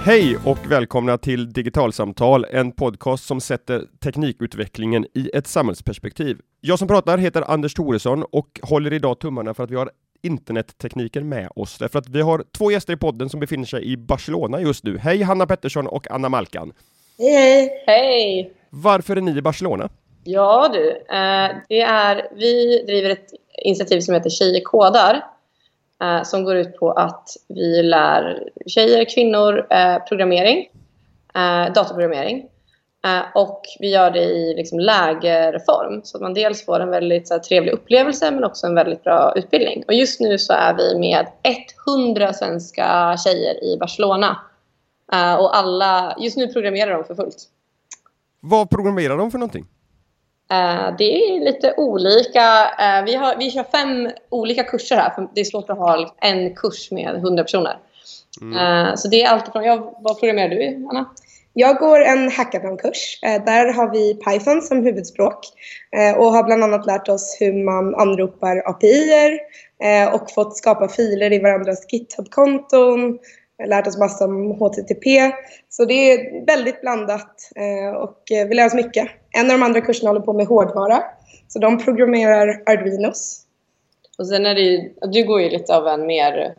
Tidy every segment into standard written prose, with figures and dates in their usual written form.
Hej och välkomna till Digitalsamtal, en podcast som sätter teknikutvecklingen i ett samhällsperspektiv. Jag som pratar heter Anders Thoresson och håller idag tummarna för att vi har internettekniken med oss. Därför att vi har två gäster i podden som befinner sig i Barcelona just nu. Hej Hanna Pettersson och Anna Malkan. Hej! Hej! Varför är ni i Barcelona? Ja du, vi driver ett initiativ som heter Tjejer kodar. Som går ut på att vi lär tjejer, kvinnor programmering, dataprogrammering. Och vi gör det i liksom lägerform. Så att man dels får en väldigt så här, trevlig upplevelse men också en väldigt bra utbildning. Och just nu så är vi med 100 svenska tjejer i Barcelona. Och just nu programmerar de för fullt. Vad programmerar de för någonting? Det är lite olika. Vi kör 5 olika kurser här. För det är svårt att ha en kurs med 100 personer. Så det är allt ifrån. Vad programmerar du, Anna? Jag går en hackathon-kurs. Där har vi Python som huvudspråk. Och har bland annat lärt oss hur man anropar API-er. Och fått skapa filer i varandras GitHub-konton. Lärt oss massa om HTTP. Så det är väldigt blandat och vi lär oss mycket. En av de andra kurserna håller på med hårdvara. Så de programmerar Arduinos. Och sen är det ju, du går ju lite av en mer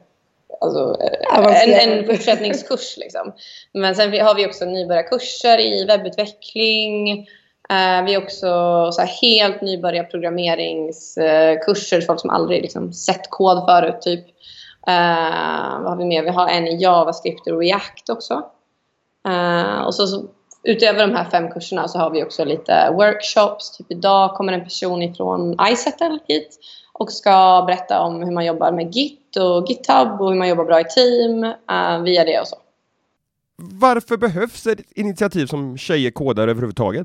en fortsättningskurs liksom. Men sen har vi också nybörjarkurser i webbutveckling. Vi har också så här helt nybörjar programmeringskurser för folk som aldrig liksom sett kod förut typ. Vad har vi mer? Vi har en i JavaScript och React också. Och så utöver de här 5 kurserna så har vi också lite workshops. Typ idag kommer en person ifrån iSettle hit och ska berätta om hur man jobbar med Git och GitHub och hur man jobbar bra i team via det och så. Varför behövs ett initiativ som Tjejer kodar överhuvudtaget?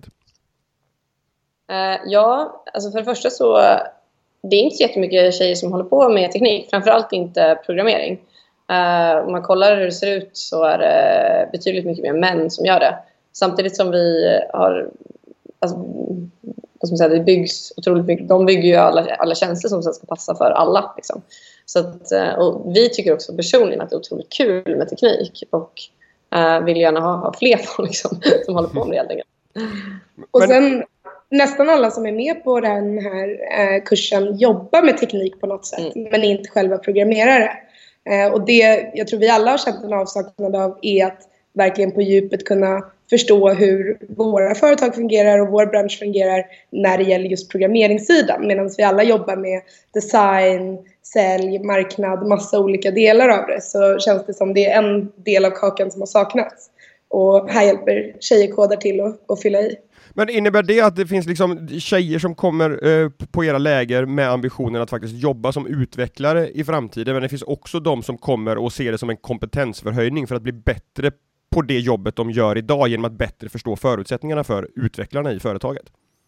Ja, alltså för det första så det är inte så jättemycket tjejer som håller på med teknik. Framförallt inte programmering. Om man kollar hur det ser ut så är det betydligt mycket mer män som gör det. Samtidigt som vi har... Alltså, vad ska man säga, det byggs otroligt mycket. De bygger ju alla tjänster som ska passa för alla. Liksom. Så att, och vi tycker också personligen att det är otroligt kul med teknik. Och vill gärna ha fler folk som håller på med det helt enkelt. Och sen... Nästan alla som är med på den här kursen jobbar med teknik på något sätt. Men är inte själva programmerare. Och det jag tror vi alla har känt en avsaknad av är att verkligen på djupet kunna förstå hur våra företag fungerar och vår bransch fungerar när det gäller just programmeringssidan. Medan vi alla jobbar med design, sälj, marknad, massa olika delar av det. Så känns det som det är en del av kakan som har saknats. Och här hjälper Tjejer kodar till att fylla i. Men innebär det att det finns liksom tjejer som kommer på era läger med ambitionen att faktiskt jobba som utvecklare i framtiden, men det finns också de som kommer och ser det som en kompetensförhöjning för att bli bättre på det jobbet de gör idag genom att bättre förstå förutsättningarna för utvecklarna i företaget?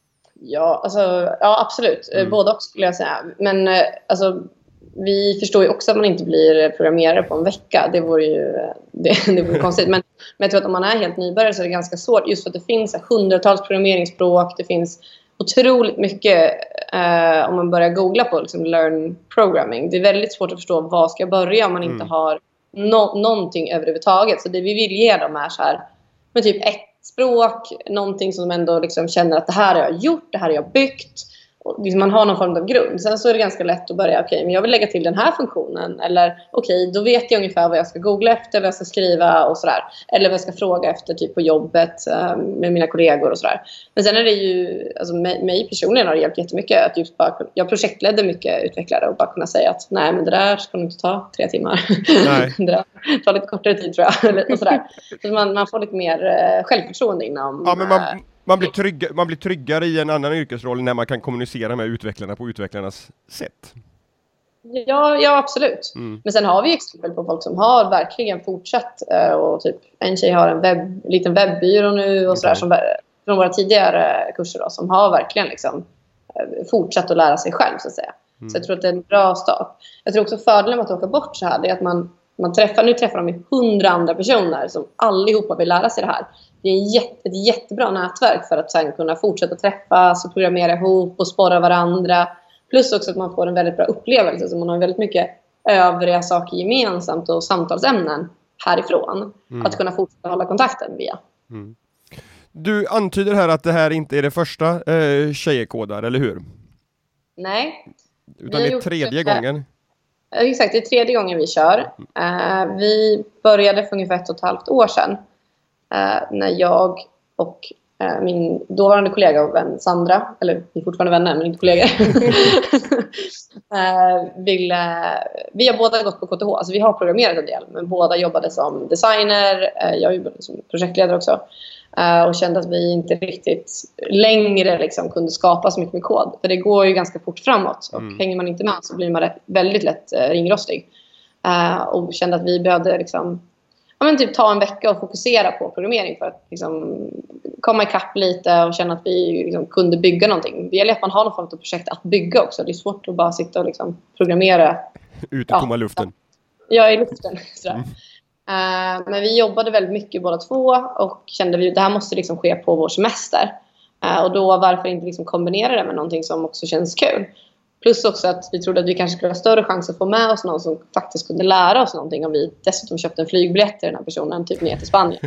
Ja, absolut. Både och skulle jag säga. Men alltså, vi förstår ju också att man inte blir programmerare på en vecka. Det vore ju det vore konstigt. Men jag tror att om man är helt nybörjare så är det ganska svårt. Just för att det finns hundratals programmeringsspråk. Det finns otroligt mycket om man börjar googla på liksom, learn programming. Det är väldigt svårt att förstå var ska jag börja om man inte har någonting överhuvudtaget. Så det vi vill ge dem är så här, med typ ett språk. Någonting som de ändå liksom känner att det här har jag gjort, det här har jag byggt. Liksom man har någon form av grund. Sen så är det ganska lätt att börja, men jag vill lägga till den här funktionen. Eller då vet jag ungefär vad jag ska googla efter, vad jag ska skriva och sådär. Eller vad jag ska fråga efter typ på jobbet med mina kollegor och sådär. Men sen är det ju, alltså mig personligen har det hjälpt jättemycket att just bara, jag projektledde mycket utvecklare och bara kunna säga att nej men det där ska nog inte ta 3 timmar. Nej. Det där tar lite kortare tid tror jag. Och sådär. Så man får lite mer självförtroende inom... Ja, men man blir tryggare i en annan yrkesroll när man kan kommunicera med utvecklarna på utvecklarnas sätt. Ja, absolut. Men sen har vi exempel på folk som har verkligen fortsatt och typ en tjej har en liten webbyrå nu och sådär som från våra tidigare kurser då, som har verkligen liksom fortsatt att lära sig själv så att säga. Så jag tror att det är en bra start. Jag tror också fördelen med att åka bort så här det är att man träffar de 100 andra personer som allihopa vill lära sig det här. Det är ett jättebra nätverk för att sen kunna fortsätta träffas och programmera ihop och sporra varandra. Plus också att man får en väldigt bra upplevelse. Så man har väldigt mycket övriga saker gemensamt och samtalsämnen härifrån. Att kunna fortsätta hålla kontakten via. Du antyder här att det här inte är det första Tjejer-kodar, eller hur? Nej. Utan det är tredje gången. Exakt, det är tredje gången vi kör. Vi började för ungefär 1,5 år sedan. När jag och min dåvarande kollega och vän Sandra, eller vi är fortfarande vänner men inte kollegor, vi har båda gått på KTH. Alltså vi har programmerat en del, men båda jobbade som designer. Jag jobbade som projektledare också. Och kände att vi inte riktigt längre liksom kunde skapa så mycket med kod. För det går ju ganska fort framåt. Och hänger man inte med så blir man väldigt lätt ringrostig. Och kände att vi behövde liksom, typ ta en vecka och fokusera på programmering. För att liksom komma ikapp lite och känna att vi liksom kunde bygga någonting. Det gäller att man har någon form av projekt att bygga också. Det är svårt att bara sitta och liksom programmera. Ut i tomma luften. Ja, i luften. Men vi jobbade väldigt mycket båda två och kände att det här måste liksom ske på vår semester. Och då varför inte liksom kombinera det med någonting som också känns kul. Plus också att vi trodde att vi kanske skulle ha större chans att få med oss någon som faktiskt kunde lära oss någonting om vi dessutom köpte en flygbiljett till den här personen typ ner till Spanien.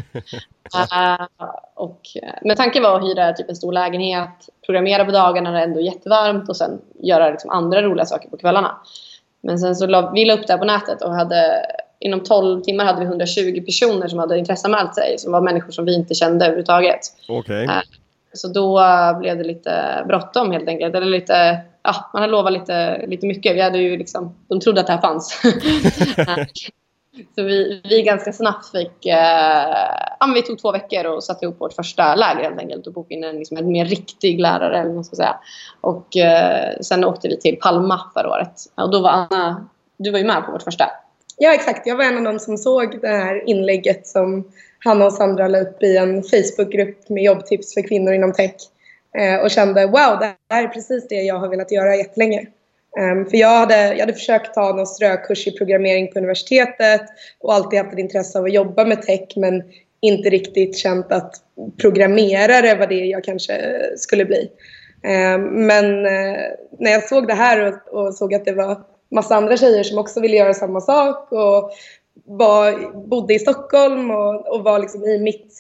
Men tanken var att hyra typ en stor lägenhet, programmera på dagarna när det ändå är jättevarmt och sen göra liksom andra roliga saker på kvällarna. Men sen så vi la upp det här på nätet och inom 12 timmar hade vi 120 personer som hade intresseanmält sig. Som var människor som vi inte kände överhuvudtaget. Okay. Så då blev det lite bråttom helt enkelt. Eller lite, man hade lovat lite mycket. Vi hade ju liksom, de trodde att det här fanns. Så vi ganska snabbt vi tog 2 veckor och satte ihop vårt första läger helt enkelt. Och bokade in en mer riktig lärare eller vad man ska säga. Och sen åkte vi till Palma förra året. Och då var Anna, du var ju med på vårt första. Ja, exakt. Jag var en av dem som såg det här inlägget som Hanna och Sandra la upp i en Facebookgrupp med jobbtips för kvinnor inom tech. Och kände, wow, det här är precis det jag har velat göra jättelänge. För jag hade försökt ta någon strökurs i programmering på universitetet och alltid haft ett intresse av att jobba med tech, men inte riktigt känt att programmerare var det jag kanske skulle bli. Men när jag såg det här och såg att det var massa andra tjejer som också ville göra samma sak och bodde i Stockholm och var liksom i mitt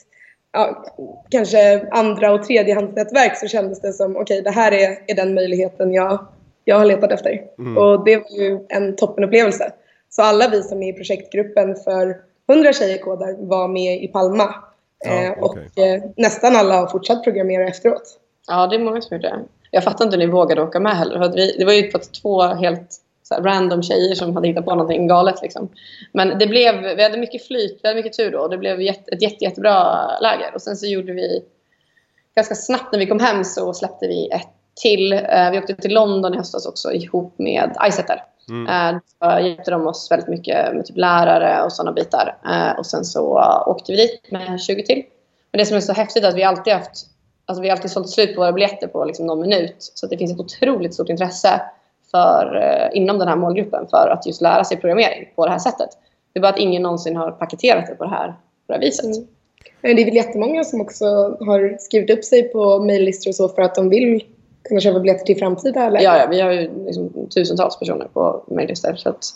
kanske andra- och tredjehandsnätverk, så kändes det som okej, det här är den möjligheten jag har letat efter. Och det var ju en toppenupplevelse. Så alla vi som är i projektgruppen för 100 Tjejer-kodar var med i Palma. Och nästan alla har fortsatt programmera efteråt. Ja, det är många som gjort det. Jag fattar inte hur ni vågade åka med heller. För att det var ju på 2 helt random tjejer som hade hittat på någonting galet liksom. Men vi hade mycket flyt, vi hade mycket tur då. Och det blev ett jättebra läger. Och sen så gjorde vi ganska snabbt när vi kom hem så släppte vi ett till. Vi åkte till London i höstas också ihop med iSetter. Då hjälpte de oss väldigt mycket med typ lärare och sådana bitar. Och sen så åkte vi dit med 20 till. Men det som är så häftigt är att vi alltid har sålt slut på våra biljetter på liksom någon minut. Så att det finns ett otroligt stort intresse inom den här målgruppen för att just lära sig programmering på det här sättet. Det är bara att ingen någonsin har paketerat det på det här viset. Men det är väl jättemånga som också har skrivit upp sig på mejllistor och så för att de vill kunna köpa biljetter till framtida läger. Ja, vi har ju liksom tusentals personer på mejllistor. Så att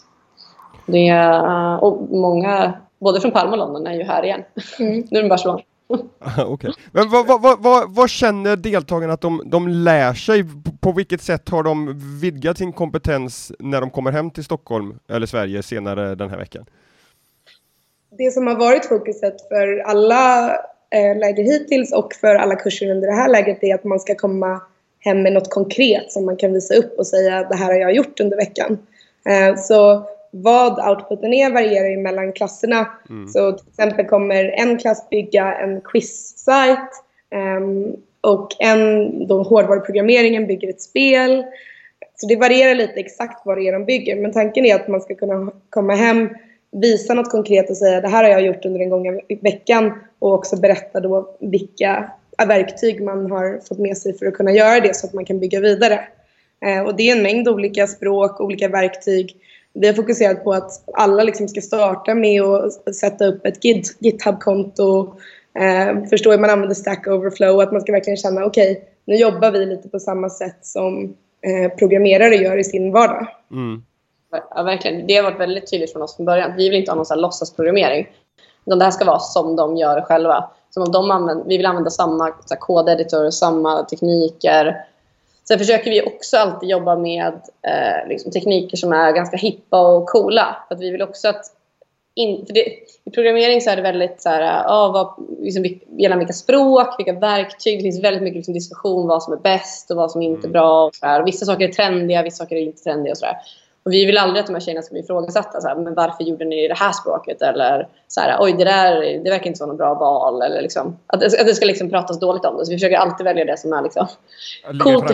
och många, både från Palma och London, är ju här igen. Nu är de Barcelona. Okay. Men vad känner deltagarna att de lär sig? På vilket sätt har de vidgat sin kompetens när de kommer hem till Stockholm eller Sverige senare den här veckan? Det som har varit fokuset för alla läger hittills och för alla kurser under det här lägret är att man ska komma hem med något konkret som man kan visa upp och säga det här har jag gjort under veckan. Så vad outputen är varierar ju mellan klasserna. Så till exempel kommer en klass bygga en quiz-sajt och hårdvaruprogrammeringen bygger ett spel. Så det varierar lite exakt vad det är de bygger. Men tanken är att man ska kunna komma hem, visa något konkret och säga det här har jag gjort under den gångna veckan och också berätta då vilka verktyg man har fått med sig för att kunna göra det så att man kan bygga vidare. Och det är en mängd olika språk, olika verktyg. Vi har fokuserat på att alla liksom ska starta med att sätta upp ett GitHub-konto, förstå hur man använder Stack Overflow, att man ska verkligen känna okej, nu jobbar vi lite på samma sätt som programmerare gör i sin vardag. Ja, verkligen. Det har varit väldigt tydligt från oss från början. Vi vill inte ha någon sån här låtsasprogrammering. Utan det här ska vara som de gör själva. Som om vi vill använda samma kodeditor, samma tekniker. Sen försöker vi också alltid jobba med liksom tekniker som är ganska hippa och coola. För att vi vill också att i programmering så är det väldigt så här, gällande vilka språk, vilka verktyg. Det finns väldigt mycket liksom diskussion vad som är bäst och vad som inte är bra. Och så här. Vissa saker är trendiga, vissa saker är inte trendiga och så där. Och vi vill aldrig att de här tjejerna ska bli ifrågasatta. Så här, men varför gjorde ni det här språket? Eller så här, oj, det verkar inte vara något bra val. Eller liksom, att det ska liksom pratas dåligt om det. Så vi försöker alltid välja det som är liksom coolt.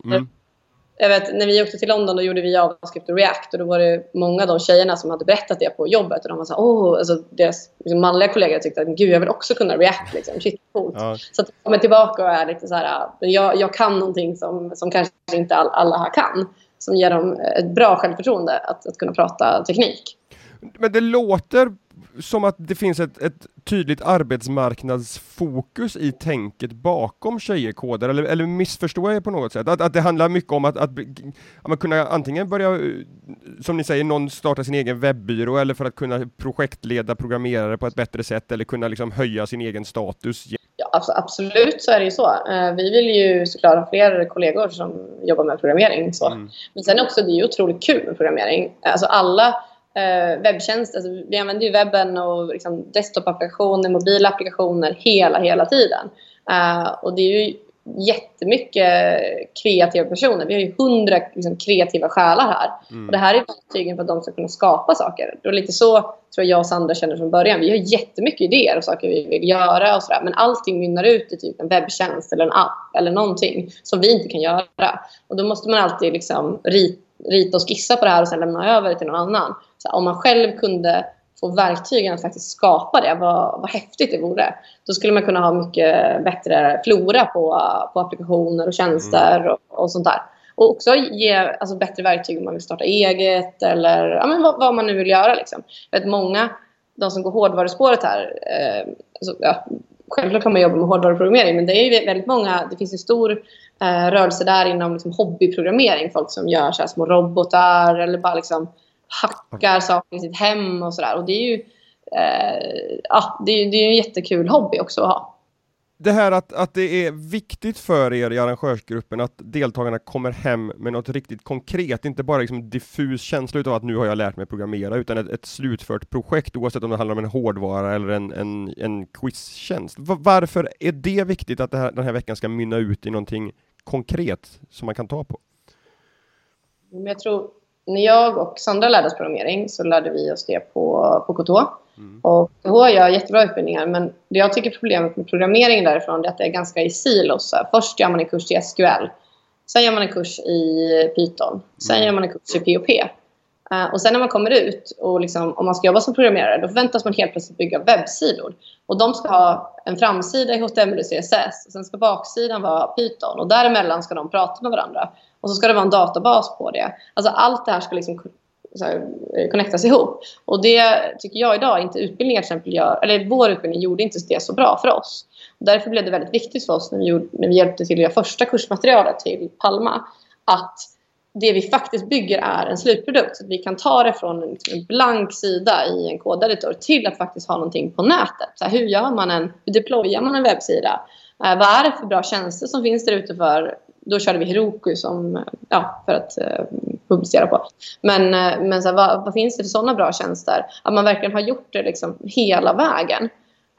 Jag vet, när vi åkte till London då gjorde vi JavaScript och React. Och då var det många av de tjejerna som hade berättat det på jobbet. Och de var så här, alltså deras liksom, manliga kollegor tyckte att gud, jag vill också kunna React. Liksom. Shit, coolt. Ja. Så att de kommer tillbaka och är lite så här, jag kan någonting som kanske inte alla här kan. Som ger dem ett bra självförtroende att kunna prata teknik. Men det låter som att det finns ett tydligt arbetsmarknadsfokus i tänket bakom tjejerkoder, eller missförstår jag på något sätt? Att det handlar mycket om att man kunna antingen börja, som ni säger, någon starta sin egen webbyrå, eller för att kunna projektleda programmerare på ett bättre sätt, eller kunna liksom höja sin egen status. Ja, absolut så är det ju så. Vi vill ju såklart ha fler kollegor som jobbar med programmering. Så. Men sen också, det är ju otroligt kul med programmering. Alltså alla webbtjänster, alltså vi använder ju webben och liksom desktop-applikationer, mobila applikationer hela tiden. Och det är ju jättemycket kreativa personer. Vi har ju 100 liksom, kreativa själar här. Och det här är verktygen för att de ska kunna skapa saker. Det är lite så tror jag och Sandra känner från början. Vi har jättemycket idéer och saker vi vill göra och sådär. Men allting mynnar ut i typ en webbtjänst eller en app eller någonting som vi inte kan göra. Och då måste man alltid liksom rita och skissa på det här och sen lämna över det till någon annan. Så om man själv kunde få verktygen att faktiskt skapa det, vad häftigt det vore. Då skulle man kunna ha mycket bättre flora på applikationer och tjänster och sånt där. Och också ge alltså, bättre verktyg om man vill starta eget eller ja, men vad man nu vill göra. Liksom. Jag vet många, de som går hårdvaruspåret här, självklart kan man jobba med hårdvaruprogrammering, men det är ju väldigt många, det finns en stor rörelse där inom liksom, hobbyprogrammering. Folk som gör så här små robotar eller bara liksom hackar saker i sitt hem och sådär. Och det är ju det är en jättekul hobby också att ha. Det här att det är viktigt för er i arrangörsgruppen att deltagarna kommer hem med något riktigt konkret, inte bara liksom diffus känsla av att nu har jag lärt mig programmera, utan ett slutfört projekt, oavsett om det handlar om en hårdvara eller en quiztjänst. Varför är det viktigt att den här veckan ska mynna ut i någonting konkret som man kan ta på? Men jag tror, när jag och Sandra lärde oss programmering så lärde vi oss det på KTH. Och KTH gör jättebra utbildningar, men det jag tycker problemet med programmeringen därifrån är att det är ganska i silos. Först gör man en kurs i SQL, sen gör man en kurs i Python, sen gör man en kurs i POP. Och sen när man kommer ut och liksom, om man ska jobba som programmerare, då förväntas man helt plötsligt bygga webbsidor. Och de ska ha en framsida i HTML och CSS, och sen ska baksidan vara Python. Och däremellan ska de prata med varandra. Och så ska det vara en databas på det. Alltså allt det här ska liksom connectas ihop. Och det tycker jag idag inte utbildningar till exempel gör, eller vår utbildning gjorde inte det så bra för oss. Och därför blev det väldigt viktigt för oss när vi hjälpte till att göra första kursmaterialet till Palma, att det vi faktiskt bygger är en slutprodukt. Så att vi kan ta det från en blank sida i en kodeditor till att faktiskt ha någonting på nätet. Så här, hur deployar man en webbsida? Vad är det för bra tjänster som finns där ute för? Då körde vi Heroku för att publicera på. Men så här, vad finns det för sådana bra tjänster? Att man verkligen har gjort det liksom hela vägen.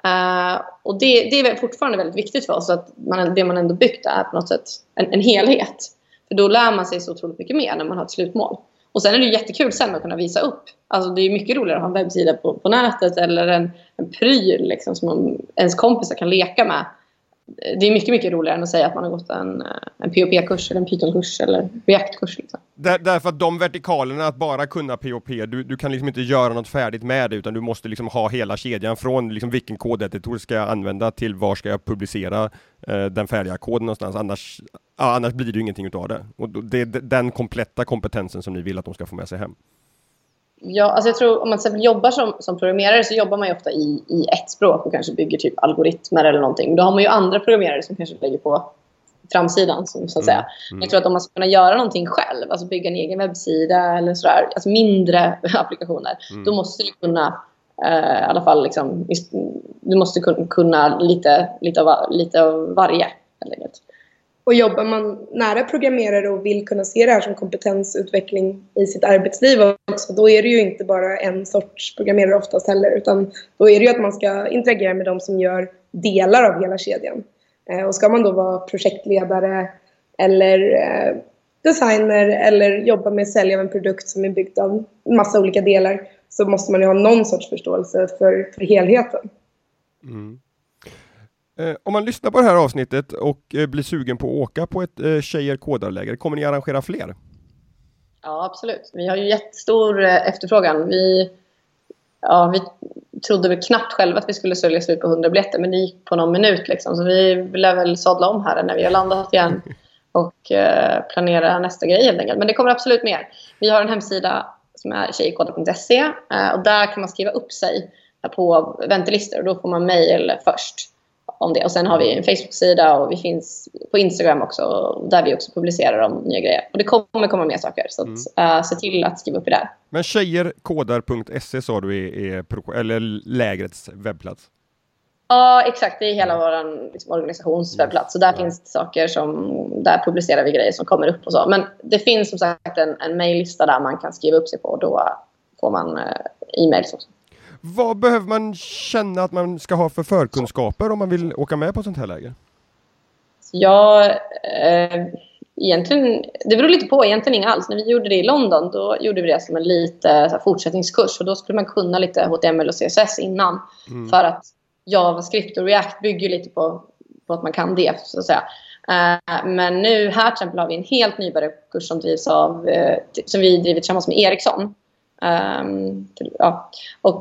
Och det är fortfarande väldigt viktigt för oss att det man ändå byggt är på något sätt en helhet. För då lär man sig så otroligt mycket mer när man har ett slutmål. Och sen är det jättekul sen att kunna visa upp. Alltså det är mycket roligare att ha en webbsida på nätet eller en pryl liksom, som ens kompisar kan leka med. Det är mycket, mycket roligare än att säga att man har gått en POP-kurs eller en Python-kurs eller React-kurs. Liksom. Därför att de vertikalerna, att bara kunna POP, du kan liksom inte göra något färdigt med det, utan du måste liksom ha hela kedjan från liksom vilken kodeditor ska jag använda till var ska jag publicera den färdiga koden någonstans. Annars blir det ju ingenting utav det. Och det är den kompletta kompetensen som ni vill att de ska få med sig hem. Ja, alltså jag tror om man till exempel jobbar som programmerare så jobbar man ju ofta i ett språk och kanske bygger typ algoritmer eller någonting. Men då har man ju andra programmerare som kanske lägger på framsidan så att säga. Jag tror att om man ska kunna göra någonting själv, alltså bygga en egen webbsida eller sådär, alltså mindre applikationer, då måste du kunna I alla fall liksom, du måste kunna lite av varje helt enkelt. Och jobbar man nära programmerare och vill kunna se det här som kompetensutveckling i sitt arbetsliv också, då är det ju inte bara en sorts programmerare oftast heller, utan då är det ju att man ska interagera med de som gör delar av hela kedjan. Och ska man då vara projektledare eller designer eller jobba med att sälja en produkt som är byggd av en massa olika delar, så måste man ju ha någon sorts förståelse för helheten. Mm. Om man lyssnar på det här avsnittet och blir sugen på att åka på ett tjejer kodarläger, kommer ni arrangera fler? Ja, absolut. Vi har ju jättestor efterfrågan. Vi trodde väl knappt själva att vi skulle sälja slut på 100 biljetter, men det gick på någon minut liksom. Så vi lär väl sadla om här när vi har landat igen och planera nästa grej helt enkelt. Men det kommer absolut mer. Vi har en hemsida som är tjejkodar.se och där kan man skriva upp sig på väntelistor och då får man mejl först om det. Och sen har vi en Facebook-sida och vi finns på Instagram också där vi också publicerar om nya grejer. Och det kommer komma mer saker, så att, se till att skriva upp det där. Men tjejerkodar.se sa du eller lägrets webbplats? Ja, exakt. Det är hela vår liksom, organisationswebbplats. Så där finns det saker där publicerar vi grejer som kommer upp och så. Men det finns som sagt en mejllista där man kan skriva upp sig på och då får man e-mails också. Vad behöver man känna att man ska ha för förkunskaper om man vill åka med på sånt här läger? Ja, egentligen, det beror lite på, egentligen inga alls. När vi gjorde det i London, då gjorde vi det som en lite fortsättningskurs. Och då skulle man kunna lite HTML och CSS innan. För att JavaScript och React bygger lite på att man kan det, så att säga. Men nu här till exempel har vi en helt nybörjarkurs som vi driver tillsammans med Ericsson. Och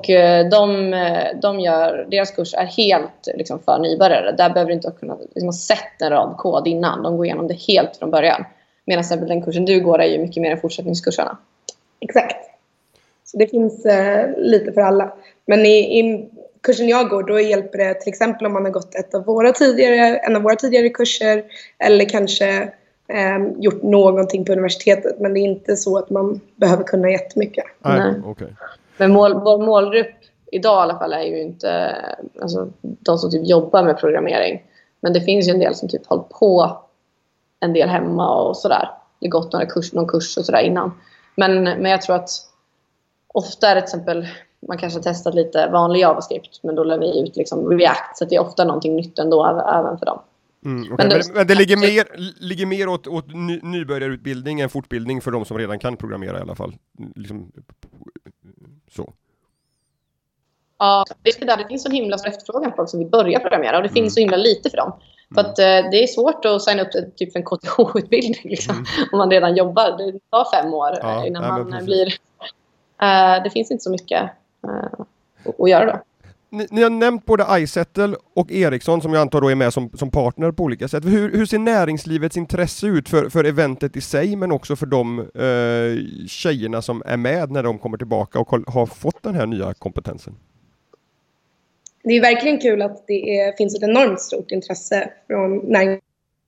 deras kurs är helt liksom, för nybörjare. Där behöver du inte ha sett en rad kod innan. De går igenom det helt från början. Medan den kursen du går är ju mycket mer än fortsättningskursarna. Exakt. Så det finns lite för alla. Men i kursen jag går, då hjälper det till exempel om man har gått en av våra tidigare kurser eller kanske gjort någonting på universitetet, men det är inte så att man behöver kunna jättemycket. Nej. Okay. Men vår målgrupp idag i alla fall är ju inte de som typ jobbar med programmering, men det finns ju en del som typ håller på en del hemma och sådär. Det har gått någon kurs och sådär innan, men jag tror att ofta är det till exempel man kanske har testat lite vanlig JavaScript, men då lär vi ut liksom React, så det är ofta någonting nytt ändå även för dem. Okay. Men det ligger mer åt nybörjarutbildning än fortbildning för de som redan kan programmera i alla fall. Liksom, så. Ja, det finns så himla stor efterfrågan på folk som vill börja programmera och det finns så himla lite för dem. För att det är svårt att signa upp typ för en KTH-utbildning liksom, om man redan jobbar. Det tar 5 år innan man blir... det finns inte så mycket att göra då. Ni har nämnt både iSettle och Ericsson som jag antar då är med som partner på olika sätt. Hur ser näringslivets intresse ut för eventet i sig, men också för de tjejerna som är med när de kommer tillbaka och har fått den här nya kompetensen? Det är verkligen kul att det finns ett enormt stort intresse från näringslivet.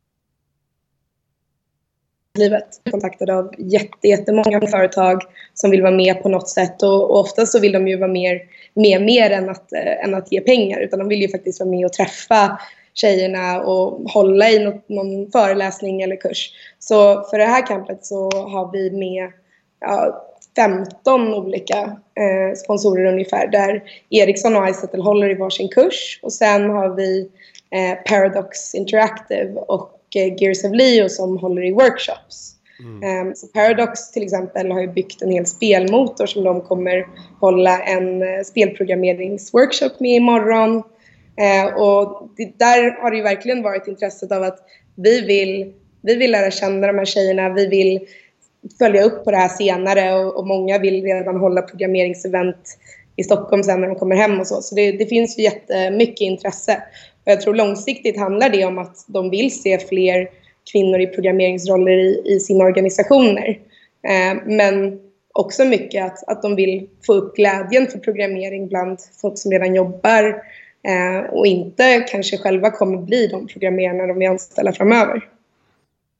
Kontaktade av jättemånga företag som vill vara med på något sätt, och ofta så vill de ju vara mer än att ge pengar, utan de vill ju faktiskt vara med och träffa tjejerna och hålla i någon föreläsning eller kurs. Så för det här campet så har vi med 15 olika sponsorer ungefär, där Ericsson och iSettle håller i varsin kurs, och sen har vi Paradox Interactive och Gears of Leo som håller i workshops. Så Paradox till exempel har ju byggt en hel spelmotor som de kommer hålla en spelprogrammeringsworkshop med imorgon. Och där har det ju verkligen varit intresset av att vi vill lära känna de här tjejerna, vi vill följa upp på det här senare, och många vill redan hålla programmeringsevent i Stockholm sen när de kommer hem och så. Så det finns ju jättemycket intresse. Och jag tror långsiktigt handlar det om att de vill se fler kvinnor i programmeringsroller i sina organisationer. Men också mycket att de vill få upp glädjen för programmering bland folk som redan jobbar och inte kanske själva kommer bli de programmerarna de vill anställa framöver.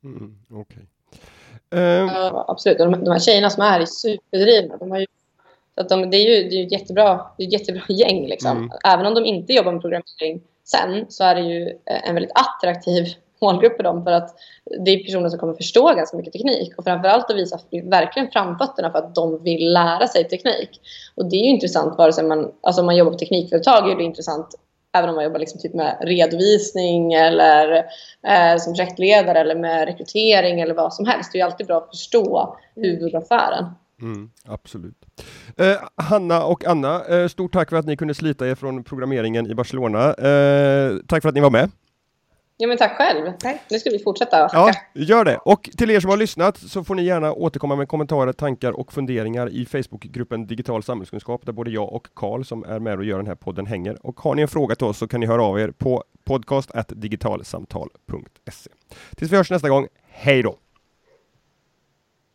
Okay. Ja, absolut. De här tjejerna som är superdrivna, de har ju Att det är ju ett jättebra gäng liksom. Även om de inte jobbar med programmering sen, så är det ju en väldigt attraktiv målgrupp för dem, för att det är personer som kommer förstå ganska mycket teknik och framförallt att visa verkligen framfötterna för att de vill lära sig teknik. Och det är ju intressant vare sig om man jobbar på teknikföretag, är det intressant även om man jobbar liksom typ med redovisning eller som projektledare eller med rekrytering eller vad som helst. Det är ju alltid bra att förstå huvudaffären. Absolut. Hanna och Anna, stort tack för att ni kunde slita er från programmeringen i Barcelona. Tack för att ni var med. Ja, men tack själv. Nu ska vi fortsätta. Ja, gör det. Och till er som har lyssnat så får ni gärna återkomma med kommentarer, tankar och funderingar i Facebookgruppen Digital Samhällskunskap, där både jag och Karl som är med och gör den här podden hänger. Och har ni en fråga till oss så kan ni höra av er på podcast@digitalsamtal.se. Tills vi hörs nästa gång, hej då!